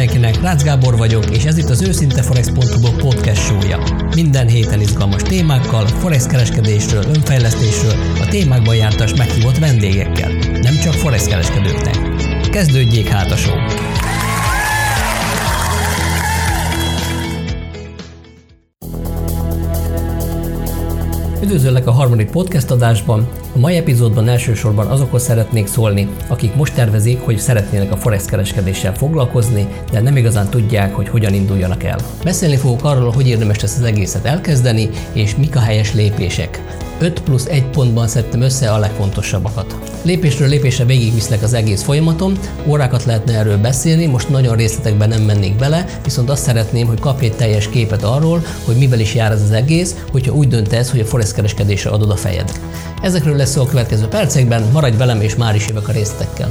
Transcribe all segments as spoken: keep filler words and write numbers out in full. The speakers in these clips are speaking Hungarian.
mindenkinek, Rácz Gábor vagyok, és ez itt az őszinte forex pont hu podcast show-ja. Minden héten izgalmas témákkal, forex kereskedésről, önfejlesztésről, a témákban jártas meghívott vendégekkel. Nem csak forex kereskedőknek. Kezdődjék hát a show! Üdvözöllek a harmadik podcast adásban. A mai epizódban elsősorban azokhoz szeretnék szólni, akik most tervezik, hogy szeretnének a forex kereskedéssel foglalkozni, de nem igazán tudják, hogy hogyan induljanak el. Beszélni fogok arról, hogy érdemes ezt az egészet elkezdeni, és mik a helyes lépések. öt plusz egy pontban szedtem össze a legfontosabbakat. Lépésről lépésre végigviszlek az egész folyamaton, órákat lehetne erről beszélni, most nagyon részletekben nem mennék bele, viszont azt szeretném, hogy kapj egy teljes képet arról, hogy mivel is jár ez az egész, hogyha úgy döntesz, hogy a forex kereskedésre adod a fejed. Ezekről lesz szó a következő percekben, maradj velem és már is jövök a részletekkel.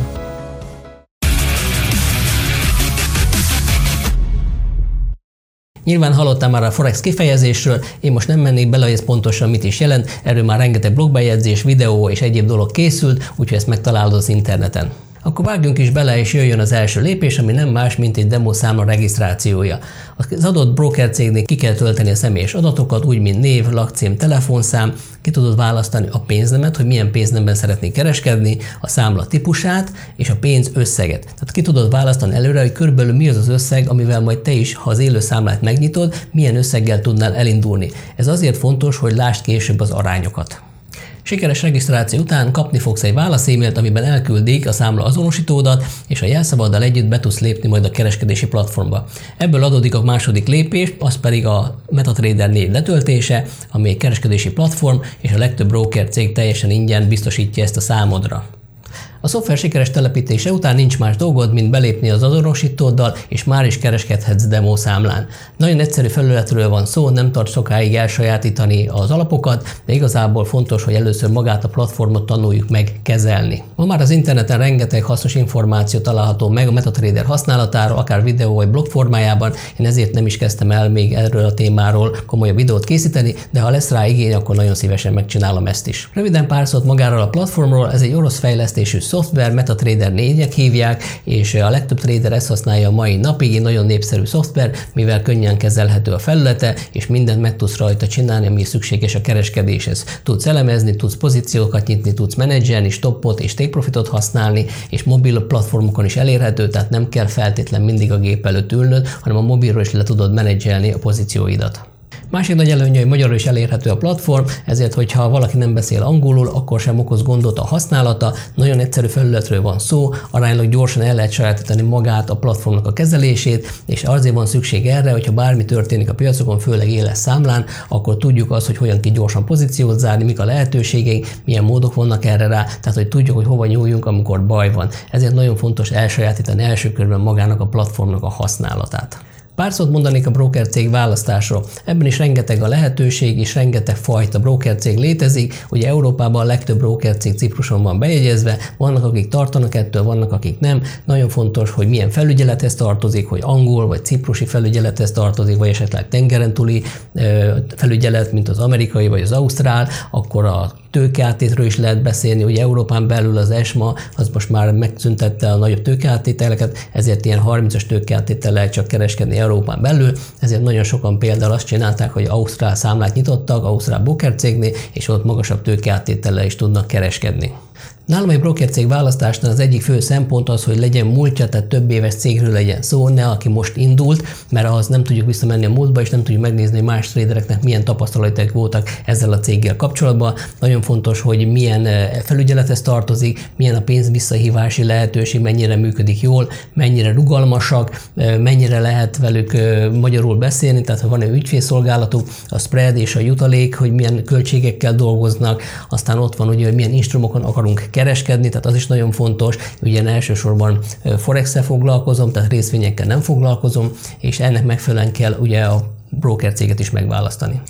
Nyilván hallottál már a forex kifejezésről, én most nem mennék bele, hogy ez pontosan mit is jelent, erről már rengeteg blogbejegyzés, videó és egyéb dolog készült, úgyhogy ezt megtalálod az interneten. Akkor vágjunk is bele, és jöjjön az első lépés, ami nem más, mint egy demo számla regisztrációja. Az adott broker cégnél ki kell tölteni a személyes adatokat, úgy mint név, lakcím, telefonszám, ki tudod választani a pénznemet, hogy milyen pénznemben szeretnél kereskedni, a számla típusát és a pénz összeget. Tehát ki tudod választani előre, hogy körülbelül mi az az összeg, amivel majd te is, ha az élő számlát megnyitod, milyen összeggel tudnál elindulni. Ez azért fontos, hogy lásd később az arányokat. Sikeres regisztráció után kapni fogsz egy válasz-e-mailt, amiben elküldik a számla azonosítódat, és a jelszavaddal együtt be tudsz lépni majd a kereskedési platformba. Ebből adódik a második lépés, az pedig a MetaTrader név letöltése, ami egy kereskedési platform, és a legtöbb broker cég teljesen ingyen biztosítja ezt a számodra. A szoftver sikeres telepítése után nincs más dolgod, mint belépni az azonosítóddal, és már is kereskedhetsz demo számlán. Nagyon egyszerű felületről van szó, nem tart sokáig elsajátítani az alapokat, de igazából fontos, hogy először magát a platformot tanuljuk meg kezelni. Ma már az interneten rengeteg hasznos információ található meg a MetaTrader használatáról, akár videó vagy blog formájában, én ezért nem is kezdtem el még erről a témáról komolyabb videót készíteni, de ha lesz rá igény, akkor nagyon szívesen megcsinálom ezt is. Röviden pár szót magáról a platformról, ez egy orosz fejlesztésű szoftver, MetaTrader négynek hívják, és a legtöbb trader ezt használja a mai napig, egy nagyon népszerű szoftver, mivel könnyen kezelhető a felülete, és mindent meg tudsz rajta csinálni, ami szükséges a kereskedéshez. Tudsz elemezni, tudsz pozíciókat nyitni, tudsz menedzselni, stoppot és take profitot használni, és mobil platformokon is elérhető, tehát nem kell feltétlen mindig a gép előtt ülnöd, hanem a mobilról is le tudod menedzselni a pozícióidat. Másik nagy előnye, hogy magyarul is elérhető a platform, ezért, hogyha valaki nem beszél angolul, akkor sem okoz gondot a használata. Nagyon egyszerű felületről van szó, aránylag gyorsan el lehet sajátítani magát a platformnak a kezelését, és azért van szükség erre, hogyha bármi történik a piacokon, főleg éles számlán, akkor tudjuk azt, hogy hogyan ki gyorsan pozíciót zárni, mik a lehetőségeink, milyen módok vannak erre rá, tehát hogy tudjuk, hogy hova nyúljunk, amikor baj van. Ezért nagyon fontos elsajátítani első körben magának a platformnak a használatát. Pár szót mondanék a brokercég választásról. Ebben is rengeteg a lehetőség, és rengeteg fajta brokercég létezik. Ugye Európában a legtöbb brokercég Cipruson van bejegyezve, vannak akik tartanak ettől, vannak akik nem. Nagyon fontos, hogy milyen felügyelethez tartozik, hogy angol vagy ciprusi felügyelethez tartozik, vagy esetleg tengeren túli felügyelet, mint az amerikai vagy az ausztrál, akkor a tőkeáttétről is lehet beszélni, hogy Európán belül az ESMA az most már megszüntette a nagyobb tőkeáttételeket, ezért ilyen harmincas tőkeáttétel lehet csak kereskedni Európán belül, ezért nagyon sokan például azt csinálták, hogy ausztrál számlát nyitottak, ausztrál broker cégnél, és ott magasabb tőkeáttétellel is tudnak kereskedni. Nálam egy brokercég választásnál az egyik fő szempont az, hogy legyen múltja, tehát több éves cégről legyen szó, ne aki most indult, mert ahhoz nem tudjuk visszamenni a múltba, és nem tudjuk megnézni, hogy más tradereknek milyen tapasztalatok voltak ezzel a céggel kapcsolatban. Nagyon fontos, hogy milyen felügyelethez tartozik, milyen a pénz visszahívási lehetőség, mennyire működik jól, mennyire rugalmasak, mennyire lehet velük magyarul beszélni, tehát ha van egy ügyfélszolgálatuk, a spread és a jutalék, hogy milyen költségekkel dolgoznak, aztán ott van ugye, hogy milyen instrumokon akarunk kereskedni, tehát az is nagyon fontos, ugye én elsősorban forex-szel foglalkozom, tehát részvényekkel nem foglalkozom, és ennek megfelelően kell ugye a broker céget is megválasztani.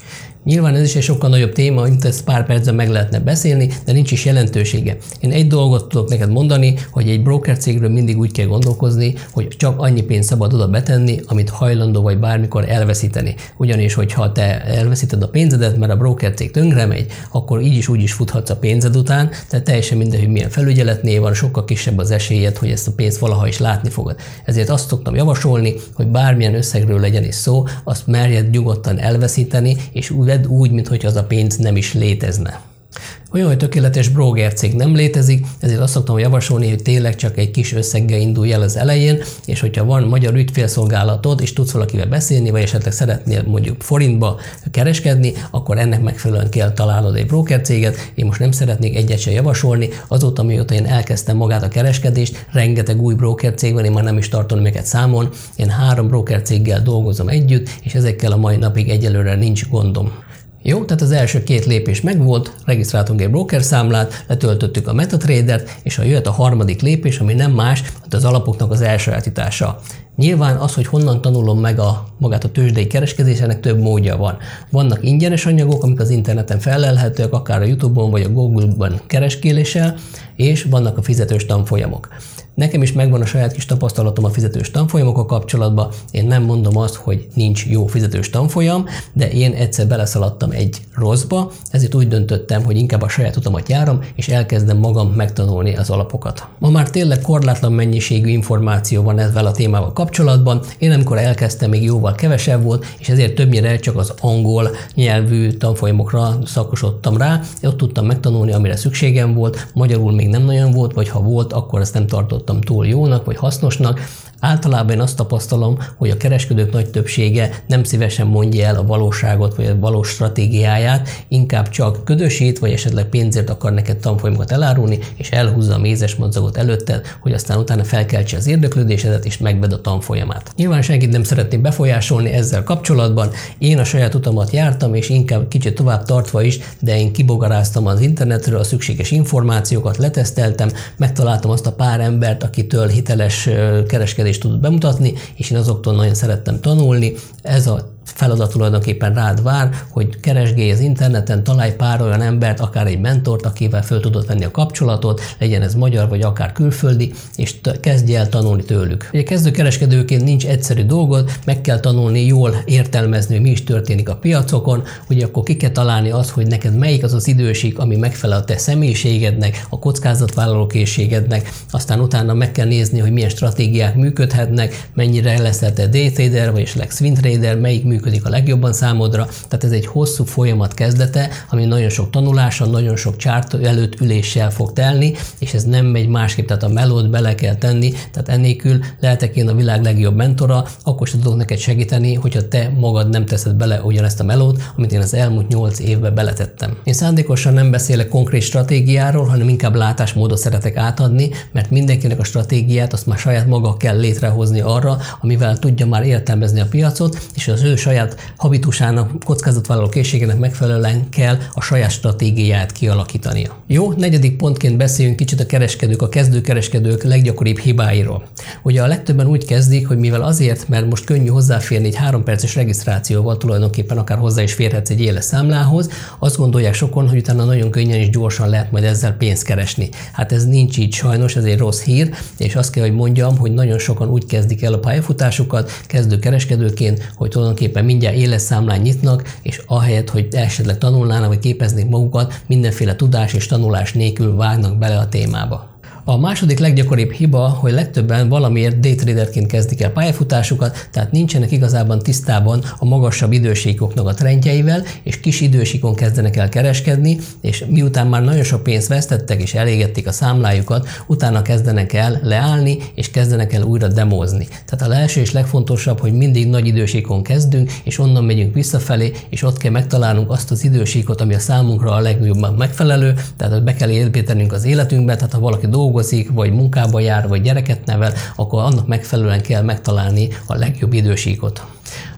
Nyilván ez is egy sokkal nagyobb téma, mint ezt pár percben meg lehetne beszélni, de nincs is jelentősége. Én egy dolgot tudok neked mondani, hogy egy broker cégről mindig úgy kell gondolkozni, hogy csak annyi pénzt szabad oda betenni, amit hajlandó vagy bármikor elveszíteni. Ugyanis, hogyha te elveszíted a pénzedet, mert a broker cég tönkre megy, akkor így is úgy is futhatsz a pénzed után, tehát teljesen mindegy, hogy milyen felügyeletnél van, sokkal kisebb az esélyed, hogy ezt a pénzt valaha is látni fogod. Ezért azt szoktam javasolni, hogy bármilyen összegről legyen is szó, azt merjed nyugodtan elveszíteni, és vedd úgy, mintha az a pénz nem is létezne. Olyan, hogy tökéletes broker cég nem létezik, ezért azt szoktam javasolni, hogy tényleg csak egy kis összeggel indulj el az elején, és hogyha van magyar ügyfélszolgálatod, és tudsz valakivel beszélni, vagy esetleg szeretnél mondjuk forintba kereskedni, akkor ennek megfelelően kell találnod egy broker céget. Én most nem szeretnék egyet sem javasolni, azóta, mióta én elkezdtem magát a kereskedést, rengeteg új broker cég van, én már nem is tartom őket számon. Én három broker céggel dolgozom együtt, és ezekkel a mai napig egyelőre nincs gondom. Jó, tehát az első két lépés megvolt, regisztráltunk egy broker számlát, letöltöttük a MetaTrader-t, és ha jöhet a harmadik lépés, ami nem más, mint az alapoknak az elsajátítása. Nyilván az, hogy honnan tanulom meg a, magát a tőzsdei kereskedésének több módja van. Vannak ingyenes anyagok, amik az interneten felelhetőek, akár a YouTube-on vagy a Google-ban kereskéléssel, és vannak a fizetős tanfolyamok. Nekem is megvan a saját kis tapasztalatom a fizetős tanfolyamokkal kapcsolatban. Én nem mondom azt, hogy nincs jó fizetős tanfolyam, de én egyszer beleszaladtam egy rosszba, ezért úgy döntöttem, hogy inkább a saját utamat járom, és elkezdem magam megtanulni az alapokat. Ma már tényleg korlátlan mennyiségű információ van ezzel a témával kapcsolatban. Én amikor elkezdtem, még jóval kevesebb volt, és ezért többnyire csak az angol nyelvű tanfolyamokra szakosodtam rá. Ott tudtam megtanulni, amire szükségem volt. Magyarul még nem nagyon volt, vagy ha volt, akkor ezt nem tartottam túl jónak vagy hasznosnak. Általában én azt tapasztalom, hogy a kereskedők nagy többsége nem szívesen mondja el a valóságot vagy a valós stratégiáját, inkább csak ködösít, vagy esetleg pénzért akar neked tanfolyamokat elárulni, és elhúzza a mézes madzagot előtted, hogy aztán utána felkeltse az érdeklődésedet, és megvedd a tanfolyamát. Nyilván senkit nem szeretném befolyásolni ezzel kapcsolatban. Én a saját utamat jártam, és inkább kicsit tovább tartva is, de én kibogaráztam az internetről a szükséges információkat, leteszteltem, megtaláltam azt a pár embert, akitől hiteles kereskedés tudod bemutatni, és én azoktól nagyon szerettem tanulni. Ez a feladat tulajdonképpen rád vár, hogy keresgélj az interneten, találj pár olyan embert, akár egy mentort, akivel föl tudod venni a kapcsolatot, legyen ez magyar vagy akár külföldi, és kezdj el tanulni tőlük. Ugye kezdőkereskedőként nincs egyszerű dolgod, meg kell tanulni jól értelmezni, hogy mi is történik a piacokon, ugye akkor ki kell találni azt, hogy neked melyik az az időség, ami megfelel a te személyiségednek, a kockázatvállaló készségednek, aztán utána meg kell nézni, hogy milyen stratégiák működhetnek, mennyire leszel te day trader, vagy esetleg swing trader, melyik működik a legjobban számodra, tehát ez egy hosszú folyamat kezdete, ami nagyon sok tanulással, nagyon sok csárt előtt üléssel fog telni, és ez nem megy másképp, tehát a melót bele kell tenni, tehát ennélkül lehetek én a világ legjobb mentora, akkor sem tudok neked segíteni, hogyha te magad nem teszed bele ugyanezt a melót, amit én az elmúlt nyolc évben beletettem. Én szándékosan nem beszélek konkrét stratégiáról, hanem inkább látásmódot szeretek átadni, mert mindenkinek a stratégiát azt már saját maga kell létrehozni arra, amivel tudja már értelmezni a piacot, és az ő saját habitusának, kockázatvállaló készségének megfelelően kell a saját stratégiáját kialakítania. Jó, negyedik pontként beszéljünk kicsit a kereskedők, a kezdőkereskedők leggyakoribb hibáiról. Ugye a legtöbben úgy kezdik, hogy mivel azért, mert most könnyű hozzáférni egy három perces regisztrációval, tulajdonképpen akár hozzá is férhetsz egy éles számlához, azt gondolják sokan, hogy utána nagyon könnyen és gyorsan lehet majd ezzel pénzt keresni. Hát ez nincs így sajnos, ez egy rossz hír, és azt kell, hogy mondjam, hogy nagyon sokan úgy kezdik el a pályafutásukat kezdőkereskedőként, hogy tulajdonképpen mindjárt éles számlán nyitnak, és ahelyett, hogy esetleg tanulnának, vagy képeznék magukat, mindenféle tudás és tanulás nélkül vágnak bele a témába. A második leggyakoribb hiba, hogy legtöbben valamiért daytraderként kezdik el pályafutásukat, tehát nincsenek igazában tisztában a magasabb idősíkoknak a trendjeivel, és kis idősíkon kezdenek el kereskedni, és miután már nagyon sok pénzt vesztettek és elégették a számlájukat, utána kezdenek el leállni, és kezdenek el újra demózni. Tehát a első és legfontosabb, hogy mindig nagy idősíkon kezdünk, és onnan megyünk visszafelé, és ott kell megtalálnunk azt az idősíkot, ami a számunkra a legjobban megfelelő, tehát be kell építenünk az életünkbe, tehát ha valaki dolgozik, vagy munkába jár, vagy gyereket nevel, akkor annak megfelelően kell megtalálni a legjobb idősíkot.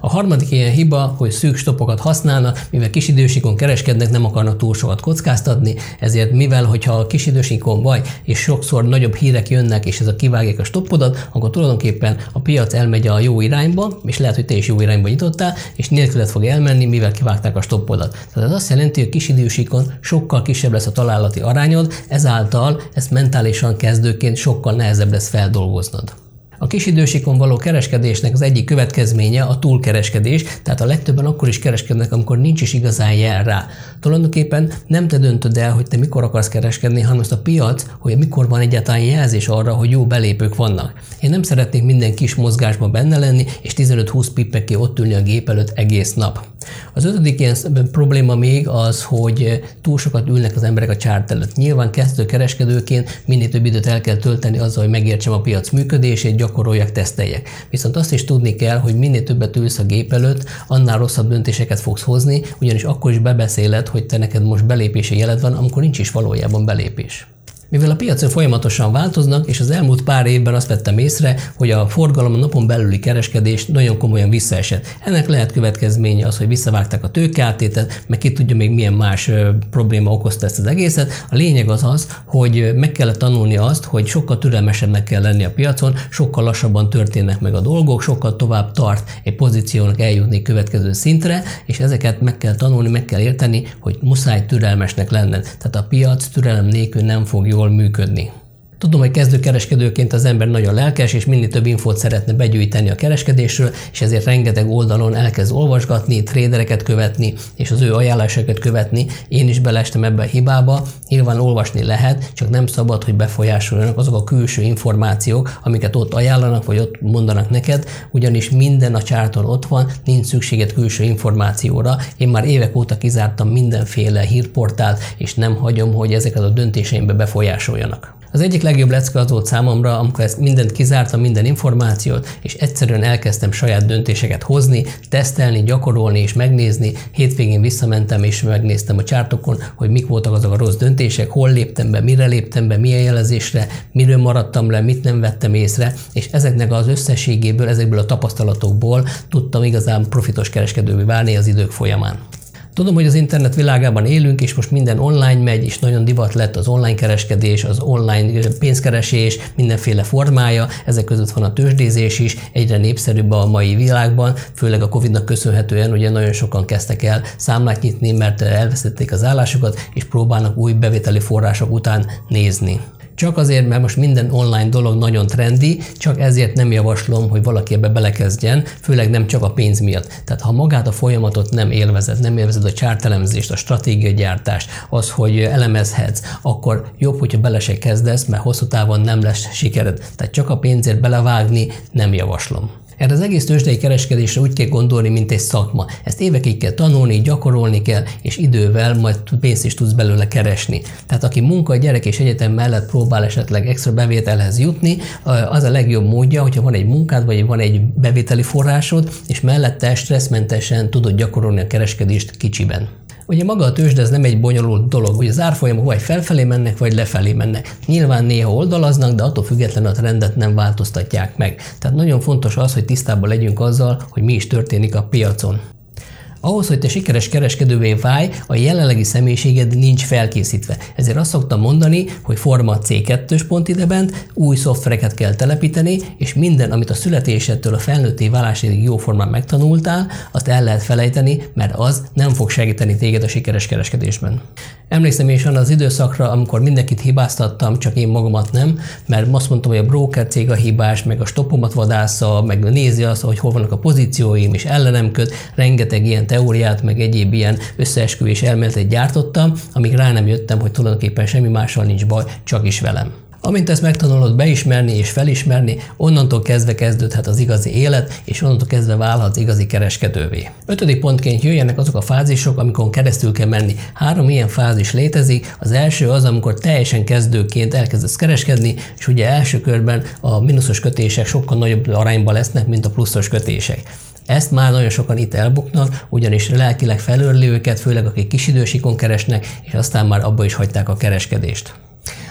A harmadik ilyen hiba, hogy szűk stoppokat használnak, mivel kisidősíkon kereskednek, nem akarnak túl sokat kockáztatni, ezért mivel, hogyha a kisidősíkon vagy, és sokszor nagyobb hírek jönnek, és ez a kivágják a stoppodat, akkor tulajdonképpen a piac elmegy a jó irányba, és lehet, hogy te is jó irányba nyitottál, és nélküled fog elmenni, mivel kivágták a stoppodat. Tehát ez azt jelenti, hogy kisidősíkon sokkal kisebb lesz a találati arányod, ezáltal ezt mentálisan kezdőként sokkal nehezebb lesz feldolgoznod. A kisidősíkon való kereskedésnek az egyik következménye a túlkereskedés, tehát a legtöbben akkor is kereskednek, amikor nincs is igazán jel rá. Tulajdonképpen nem te döntöd el, hogy te mikor akarsz kereskedni, hanem azt a piac, hogy mikor van egyáltalán jelzés arra, hogy jó belépők vannak. Én nem szeretnék minden kis mozgásban benne lenni, és tizenöt-húsz pippekkel ott ülni a gép előtt egész nap. Az ötödik ilyen probléma még az, hogy túl sokat ülnek az emberek a csárt előtt. Nyilván kezdő kereskedőként minél több időt el kell tölteni azzal, hogy megértsem a piac működését, gyakoroljak, teszteljek. Viszont azt is tudni kell, hogy minél többet ülsz a gép előtt, annál rosszabb döntéseket fogsz hozni, ugyanis akkor is bebeszéled, hogy te neked most belépési jeled van, amikor nincs is valójában belépés. Mivel a piacok folyamatosan változnak, és az elmúlt pár évben azt vettem észre, hogy a forgalom a napon belüli kereskedés nagyon komolyan visszaesett. Ennek lehet következménye az, hogy visszavágták a tőkeáttételt, meg ki tudja még milyen más ö, probléma okozta ezt az egészet. A lényeg az az, hogy meg kellett tanulni azt, hogy sokkal türelmesebbnek kell lenni a piacon, sokkal lassabban történnek meg a dolgok, sokkal tovább tart egy pozíciónak eljutni következő szintre, és ezeket meg kell tanulni, meg kell érteni, hogy muszáj türelmesnek lenned. Tehát a piac türelem nélkül nem fog jól működni. Tudom, hogy kezdőkereskedőként az ember nagyon lelkes, és minél több infót szeretne begyűjteni a kereskedésről, és ezért rengeteg oldalon elkezd olvasgatni, trédereket követni, és az ő ajánlásokat követni. Én is beleestem ebbe a hibába. Nyilván olvasni lehet, csak nem szabad, hogy befolyásoljanak azok a külső információk, amiket ott ajánlanak, vagy ott mondanak neked, ugyanis minden a csárton ott van, nincs szükséged külső információra. Én már évek óta kizártam mindenféle hírportált, és nem hagyom, hogy ezeket a döntéseimbe befolyásoljanak. Az egyik legjobb lecke az volt számomra, amikor ezt mindent kizártam, minden információt, és egyszerűen elkezdtem saját döntéseket hozni, tesztelni, gyakorolni és megnézni. Hétvégén visszamentem és megnéztem a csártokon, hogy mik voltak azok a rossz döntések, hol léptem be, mire léptem be, milyen jelezésre, miről maradtam le, mit nem vettem észre, és ezeknek az összességéből, ezekből a tapasztalatokból tudtam igazán profitos kereskedővé válni az idők folyamán. Tudom, hogy az internet világában élünk, és most minden online megy, és nagyon divat lett az online kereskedés, az online pénzkeresés, mindenféle formája, ezek között van a tőzsdézés is, egyre népszerűbb a mai világban, főleg a Covidnak köszönhetően, ugye nagyon sokan kezdtek el számlát nyitni, mert elvesztették az állásukat, és próbálnak új bevételi források után nézni. Csak azért, mert most minden online dolog nagyon trendi, csak ezért nem javaslom, hogy valaki ebbe belekezdjen, főleg nem csak a pénz miatt. Tehát ha magát a folyamatot nem élvezed, nem élvezed a csártelemzést, a stratégiai gyártást, az, hogy elemezhetsz, akkor jobb, hogyha bele se kezdesz, mert hosszú távon nem lesz sikered. Tehát csak a pénzért belevágni nem javaslom. Erre az egész tőzsdei kereskedésre úgy kell gondolni, mint egy szakma. Ezt évekig kell tanulni, gyakorolni kell, és idővel majd pénzt is tudsz belőle keresni. Tehát aki munka, gyerek és egyetem mellett próbál esetleg extra bevételhez jutni, az a legjobb módja, hogyha van egy munkád, vagy van egy bevételi forrásod, és mellette stresszmentesen tudod gyakorolni a kereskedést kicsiben. Ugye maga a tőzsde ez nem egy bonyolult dolog, hogy az árfolyamok vagy felfelé mennek, vagy lefelé mennek. Nyilván néha oldalaznak, de attól függetlenül a trendet nem változtatják meg. Tehát nagyon fontos az, hogy tisztában legyünk azzal, hogy mi is történik a piacon. Ahhoz, hogy te sikeres kereskedővé válj, a jelenlegi személyiséged nincs felkészítve. Ezért azt szoktam mondani, hogy forma cé kettő pont idebent, új szoftvereket kell telepíteni, és minden, amit a születésedtől a felnőtté válásig jóformán megtanultál, azt el lehet felejteni, mert az nem fog segíteni téged a sikeres kereskedésben. Emlékszem is az időszakra, amikor mindenkit hibáztattam, csak én magamat nem, mert azt mondtam, hogy a broker cég a hibás, meg a stoppomat vadásza, meg nézi azt, hogy hol vannak a pozícióim, és ellenem köt, rengeteg ilyen teóriát, meg egyéb ilyen összeesküvés elméletet gyártottam, amíg rá nem jöttem, hogy tulajdonképpen semmi mással nincs baj, csak is velem. Amint ezt megtanulod beismerni és felismerni, onnantól kezdve kezdődhet az igazi élet, és onnantól kezdve válhatsz igazi kereskedővé. Ötödik pontként jöjjenek azok a fázisok, amikor keresztül kell menni. Három ilyen fázis létezik. Az első az, amikor teljesen kezdőként elkezdesz kereskedni, és ugye első körben a mínuszos kötések sokkal nagyobb arányban lesznek, mint a pluszos kötések. Ezt már nagyon sokan itt elbuknak, ugyanis lelkileg felőrli őket, főleg akik kisidősíkon keresnek, és aztán már abba is hagyták a kereskedést.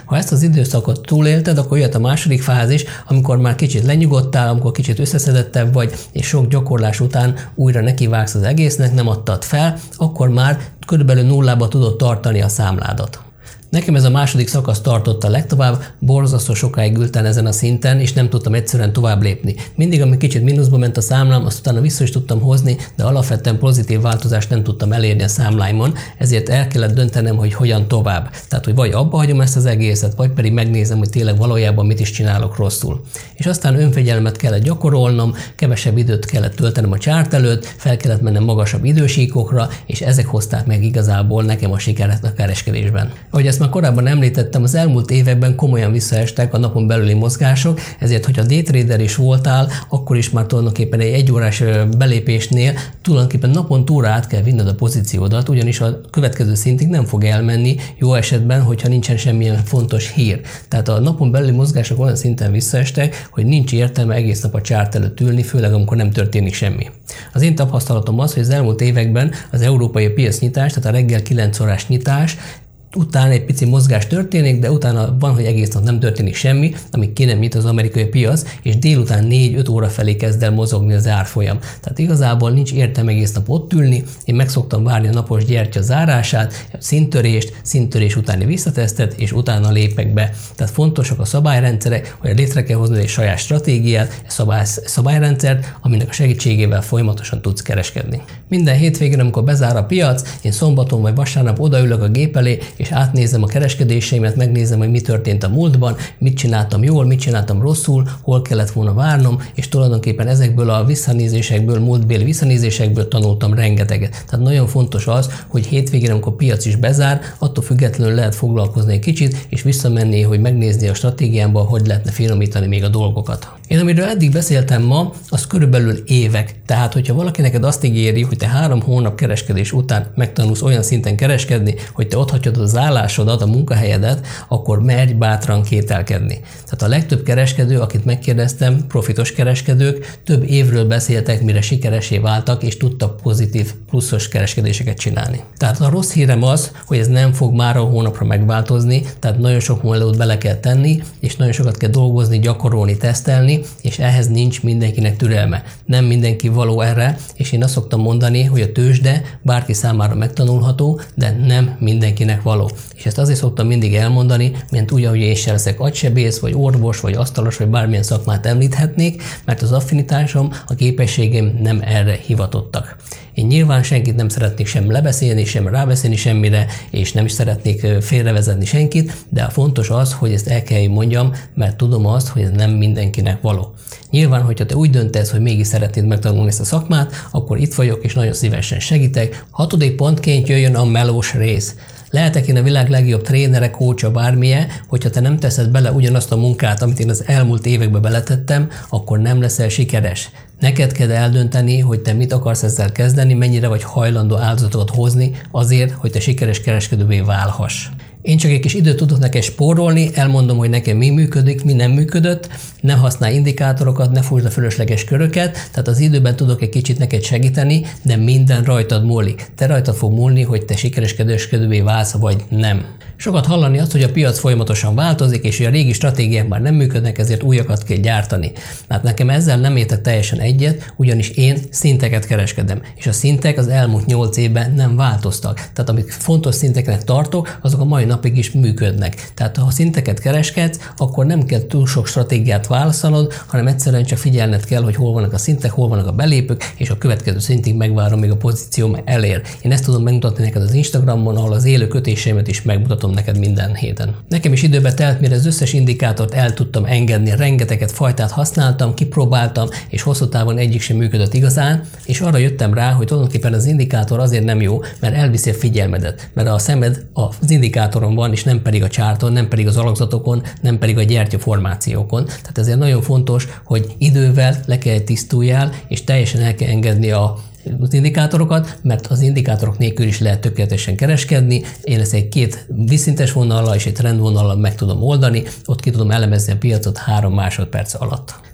Ha ezt az időszakot túlélted, akkor jött a második fázis, amikor már kicsit lenyugodtál, amikor kicsit összeszedettebb vagy, és sok gyakorlás után újra nekivágsz az egésznek, nem adtad fel, akkor már körülbelül nullába tudod tartani a számládat. Nekem ez a második szakasz tartotta legtovább, borzasztó sokáig ültem ezen a szinten, és nem tudtam egyszerűen tovább lépni. Mindig, ami kicsit mínuszba ment a számlám, azt utána vissza is tudtam hozni, de alapvetően pozitív változást nem tudtam elérni a számláimon, ezért el kellett döntenem, hogy hogyan tovább. Tehát, hogy vagy abba hagyom ezt az egészet, vagy pedig megnézem, hogy tényleg valójában mit is csinálok rosszul. És aztán önfegyelmet kellett gyakorolnom, kevesebb időt kellett töltenem a csárt előtt, fel kellett mennem magasabb idősíkokra, és ezek hozták meg igazából nekem a sikert a kereskedésben. Ahogy ezt már korábban említettem, az elmúlt években komolyan visszaestek a napon belüli mozgások, ezért, hogyha daytrader is voltál, akkor is már tulajdonképpen egy egyórás belépésnél tulajdonképpen napon túlra át kell vinned a pozíciódat, ugyanis a következő szintig nem fog elmenni, jó esetben, hogyha nincsen semmilyen fontos hír. Tehát a napon belüli mozgások olyan szinten visszaestek, hogy nincs értelme egész nap a csárt előtt ülni, főleg amikor nem történik semmi. Az én tapasztalatom az, hogy az elmúlt években az európai piacnyitás, tehát a reggel kilenc órás nyitás, utána egy pici mozgás történik, de utána van, hogy egész nap nem történik semmi, amíg ki nem nyit az amerikai piac, és délután négy-öt óra felé kezd el mozogni az árfolyam. Tehát igazából nincs értelme egész nap ott ülni, én meg szoktam várni a napos gyertya zárását, szintörést, szintörés utáni visszatesztet, és utána lépek be. Tehát fontosak a szabályrendszerek, hogy létre kell hozni egy saját stratégiát, egy szabály, szabályrendszert, aminek a segítségével folyamatosan tudsz kereskedni. Minden hétvégén, amikor bezár a piac, én szombaton vagy vasárnap odaülök a gép elé, és átnézem a kereskedéseimet, megnézem, hogy mi történt a múltban, mit csináltam jól, mit csináltam rosszul, hol kellett volna várnom, és tulajdonképpen ezekből a visszanézésekből, múltbéli visszanézésekből tanultam rengeteget. Tehát nagyon fontos az, hogy hétvégén, amikor a piac is bezár, attól függetlenül lehet foglalkozni egy kicsit, és visszamenni, hogy megnézni a stratégiámban, hogy lehetne finomítani még a dolgokat. Én amiről eddig beszéltem ma, az körülbelül évek. Tehát, hogyha valaki neked azt ígéri, hogy te három hónap kereskedés után megtanulsz olyan szinten kereskedni, hogy te otthagyhatod az állásodat, a munkahelyedet, akkor merj bátran kételkedni. Tehát a legtöbb kereskedő, akit megkérdeztem, profitos kereskedők, több évről beszéltek, mire sikeresé váltak, és tudtak pozitív, pluszos kereskedéseket csinálni. Tehát a rossz hírem az, hogy ez nem fog már a hónapra megváltozni, tehát nagyon sok múlót bele kell tenni, és nagyon sokat kell dolgozni, gyakorolni, tesztelni, és ehhez nincs mindenkinek türelme. Nem mindenki való erre, és én azt szoktam mondani, hogy a tőzsde bárki számára megtanulható, de nem mindenkinek való. És ezt azért szoktam mindig elmondani, mint úgy, ahogy én sem leszek agysebész, vagy orvos, vagy asztalos, vagy bármilyen szakmát említhetnék, mert az affinitásom, a képességeim nem erre hivatottak. Én nyilván senkit nem szeretnék sem lebeszélni, sem rábeszélni semmire, és nem is szeretnék félrevezetni senkit, de a fontos az, hogy ezt el kell mondjam, mert tudom azt, hogy ez nem mindenkinek való. Nyilván, hogyha te úgy döntesz, hogy mégis szeretnéd megtanulni ezt a szakmát, akkor itt vagyok, és nagyon szívesen segítek. Hatodik pontként jöjjön a melós rész. Lehetek én a világ legjobb trénere, kócsa, bármilyen, hogyha te nem teszed bele ugyanazt a munkát, amit én az elmúlt években beletettem, akkor nem leszel sikeres. Neked kell eldönteni, hogy te mit akarsz ezzel kezdeni, mennyire vagy hajlandó áldozatokat hozni azért, hogy te sikeres kereskedővé válhass. Én csak egy kis időt tudok neked spórolni, elmondom, hogy nekem mi működik, mi nem működött, ne használj indikátorokat, ne fújtsd a fölösleges köröket, tehát az időben tudok egy kicsit neked segíteni, de minden rajtad múlik. Te rajtad fog múlni, hogy te sikeres kereskedővé válsz, vagy nem. Sokat hallani azt, hogy a piac folyamatosan változik, és hogy a régi stratégiák már nem működnek, ezért újakat kell gyártani. Hát nekem ezzel nem értek teljesen egyet, ugyanis én szinteket kereskedem, és a szintek az elmúlt nyolc évben nem változtak. Tehát amik fontos szinteknek tartok, azok a mai napig is működnek. Tehát ha szinteket kereskedsz, akkor nem kell túl sok stratégiát válaszolnod, hanem egyszerűen csak figyelned kell, hogy hol vannak a szintek, hol vannak a belépők, és a következő szintig megvárom, még a pozícióm elér. Én ezt tudom megmutatni neked az Instagramon, ahol az élő kötéseimet is megmutatom neked minden héten. Nekem is időbe telt, mire az összes indikátort el tudtam engedni, rengeteget fajtát használtam, kipróbáltam, és hosszú távon egyik sem működött igazán, és arra jöttem rá, hogy tulajdonképpen az indikátor azért nem jó, mert elviszi a figyelmedet, mert a szemed az indikátoron van, és nem pedig a csárton, nem pedig az alakzatokon, nem pedig a gyertyaformációkon. Tehát ezért nagyon fontos, hogy idővel le kell tisztuljál, és teljesen el kell engedni a az indikátorokat, mert az indikátorok nélkül is lehet tökéletesen kereskedni. Én ezt egy két vízszintes vonallal és egy trendvonallal meg tudom oldani, ott ki tudom elemezni a piacot három másodperc alatt.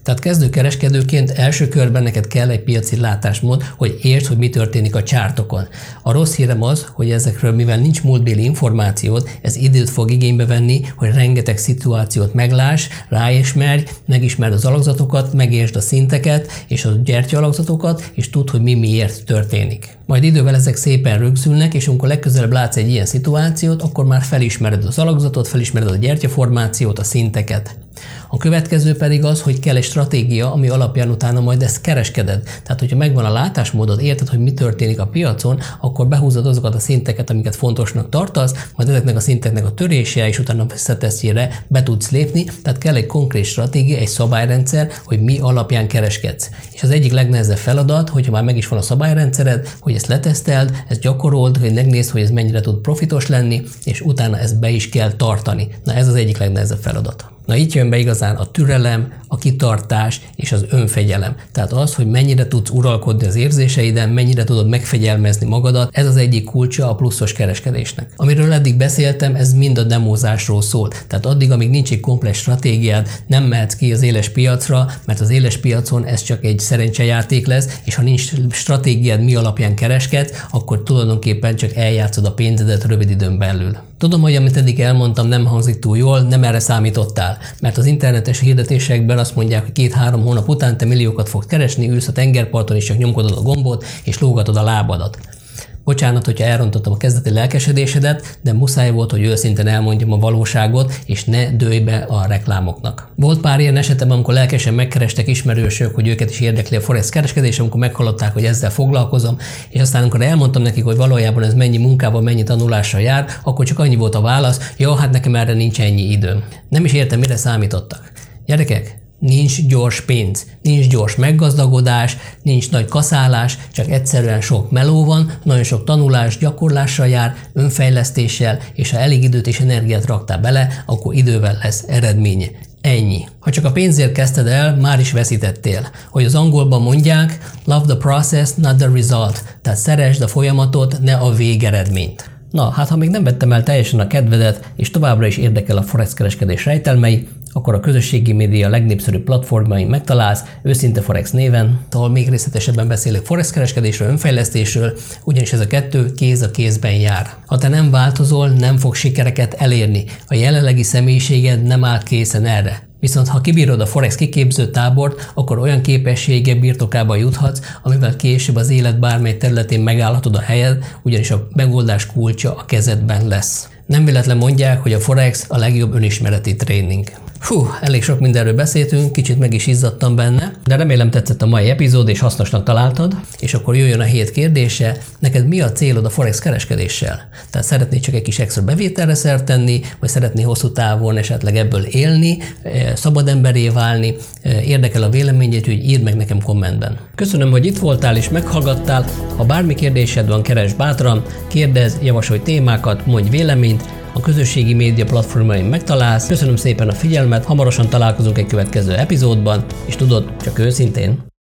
Tehát kezdőkereskedőként első körben neked kell egy piaci látásmód, hogy értsd, hogy mi történik a csártokon. A rossz hírem az, hogy ezekről, mivel nincs múltbéli információd, ez időt fog igénybe venni, hogy rengeteg szituációt megláss, ráismerj, megismerd az alakzatokat, megértsd a szinteket és a gyertyaalakzatokat, és tudd, hogy mi miért történik. Majd idővel ezek szépen rögzülnek, és amikor legközelebb látsz egy ilyen szituációt, akkor már felismered az alakzatot, felismered a gyertyaformációt, a szinteket. A következő pedig az, hogy kell egy stratégia, ami alapján utána majd ezt kereskeded. Tehát, hogyha megvan a látásmódod, érted, hogy mi történik a piacon, akkor behúzod azokat a szinteket, amiket fontosnak tartasz, majd ezeknek a szinteknek a törése és utána összetesztjére be tudsz lépni. Tehát kell egy konkrét stratégia, egy szabályrendszer, hogy mi alapján kereskedsz. És az egyik legnehezebb feladat, hogyha már meg is van a szabályrendszered, hogy ezt leteszteld, ezt gyakorold, hogy megnézd, hogy ez mennyire tud profitos lenni, és utána ezt be is kell tartani. Na ez az egyik legnehezebb feladat. Na itt jön be igazán a türelem, a kitartás és az önfegyelem. Tehát az, hogy mennyire tudsz uralkodni az érzéseiden, mennyire tudod megfegyelmezni magadat, ez az egyik kulcsa a pluszos kereskedésnek. Amiről eddig beszéltem, ez mind a demózásról szól. Tehát addig, amíg nincs egy komplex stratégiád, nem mehetsz ki az éles piacra, mert az éles piacon ez csak egy szerencsejáték lesz, és ha nincs stratégiád, mi alapján kereskedsz, akkor tulajdonképpen csak eljátszod a pénzedet rövid időn belül. Tudom, hogy amit eddig elmondtam, nem hangzik túl jól, nem erre számítottál, mert az internetes hirdetésekben azt mondják, hogy két-három hónap után te milliókat fogsz keresni, ülsz a tengerparton és csak nyomkodod a gombot és lógatod a lábadat. Bocsánat, hogyha elrontottam a kezdeti lelkesedésedet, de muszáj volt, hogy őszintén elmondjam a valóságot, és ne dőlj be a reklámoknak. Volt pár ilyen esetem, amikor lelkesen megkerestek ismerősök, hogy őket is érdekli a forex kereskedés, amikor meghallották, hogy ezzel foglalkozom, és aztán amikor elmondtam nekik, hogy valójában ez mennyi munkával, mennyi tanulással jár, akkor csak annyi volt a válasz, jó, hát nekem erre nincs ennyi időm. Nem is értem, mire számítottak. Gyerekek, nincs gyors pénz, nincs gyors meggazdagodás, nincs nagy kaszálás, csak egyszerűen sok meló van, nagyon sok tanulás, gyakorlással jár, önfejlesztéssel, és ha elég időt és energiát raktál bele, akkor idővel lesz eredménye. Ennyi. Ha csak a pénzért kezdted el, már is veszítettél. Hogy az angolban mondják, love the process, not the result. Tehát szeresd a folyamatot, ne a végeredményt. Na, hát ha még nem vettem el teljesen a kedvedet, és továbbra is érdekel a forex kereskedés rejtelmei, akkor a közösségi média legnépszerűbb platformjain megtalálsz, Őszinte Forex néven, ahol még részletesebben beszélek forex kereskedésről, önfejlesztésről, ugyanis ez a kettő kéz a kézben jár. Ha te nem változol, nem fogsz sikereket elérni. A jelenlegi személyiséged nem áll készen erre. Viszont ha kibírod a forex kiképző tábort, akkor olyan képessége birtokába juthatsz, amivel később az élet bármely területén megállhatod a helyed, ugyanis a megoldás kulcsa a kezedben lesz. Nem véletlen mondják, hogy a forex a legjobb önismereti tréning. Hú, elég sok mindenről beszéltünk, kicsit meg is izzadtam benne, de remélem tetszett a mai epizód és hasznosnak találtad, és akkor jöjjön a hét kérdése, neked mi a célod a forex kereskedéssel? Tehát szeretnél csak egy kis extra bevételre szert tenni, vagy szeretnél hosszú távon esetleg ebből élni, szabad emberé válni, érdekel a véleményed, hogy írd meg nekem kommentben. Köszönöm, hogy itt voltál és meghallgattál, ha bármi kérdésed van, keresd bátran, kérdezz, javasolj témákat, mondj véleményt, a közösségi média platformjain megtalálsz. Köszönöm szépen a figyelmet, hamarosan találkozunk egy következő epizódban, és tudod, csak őszintén.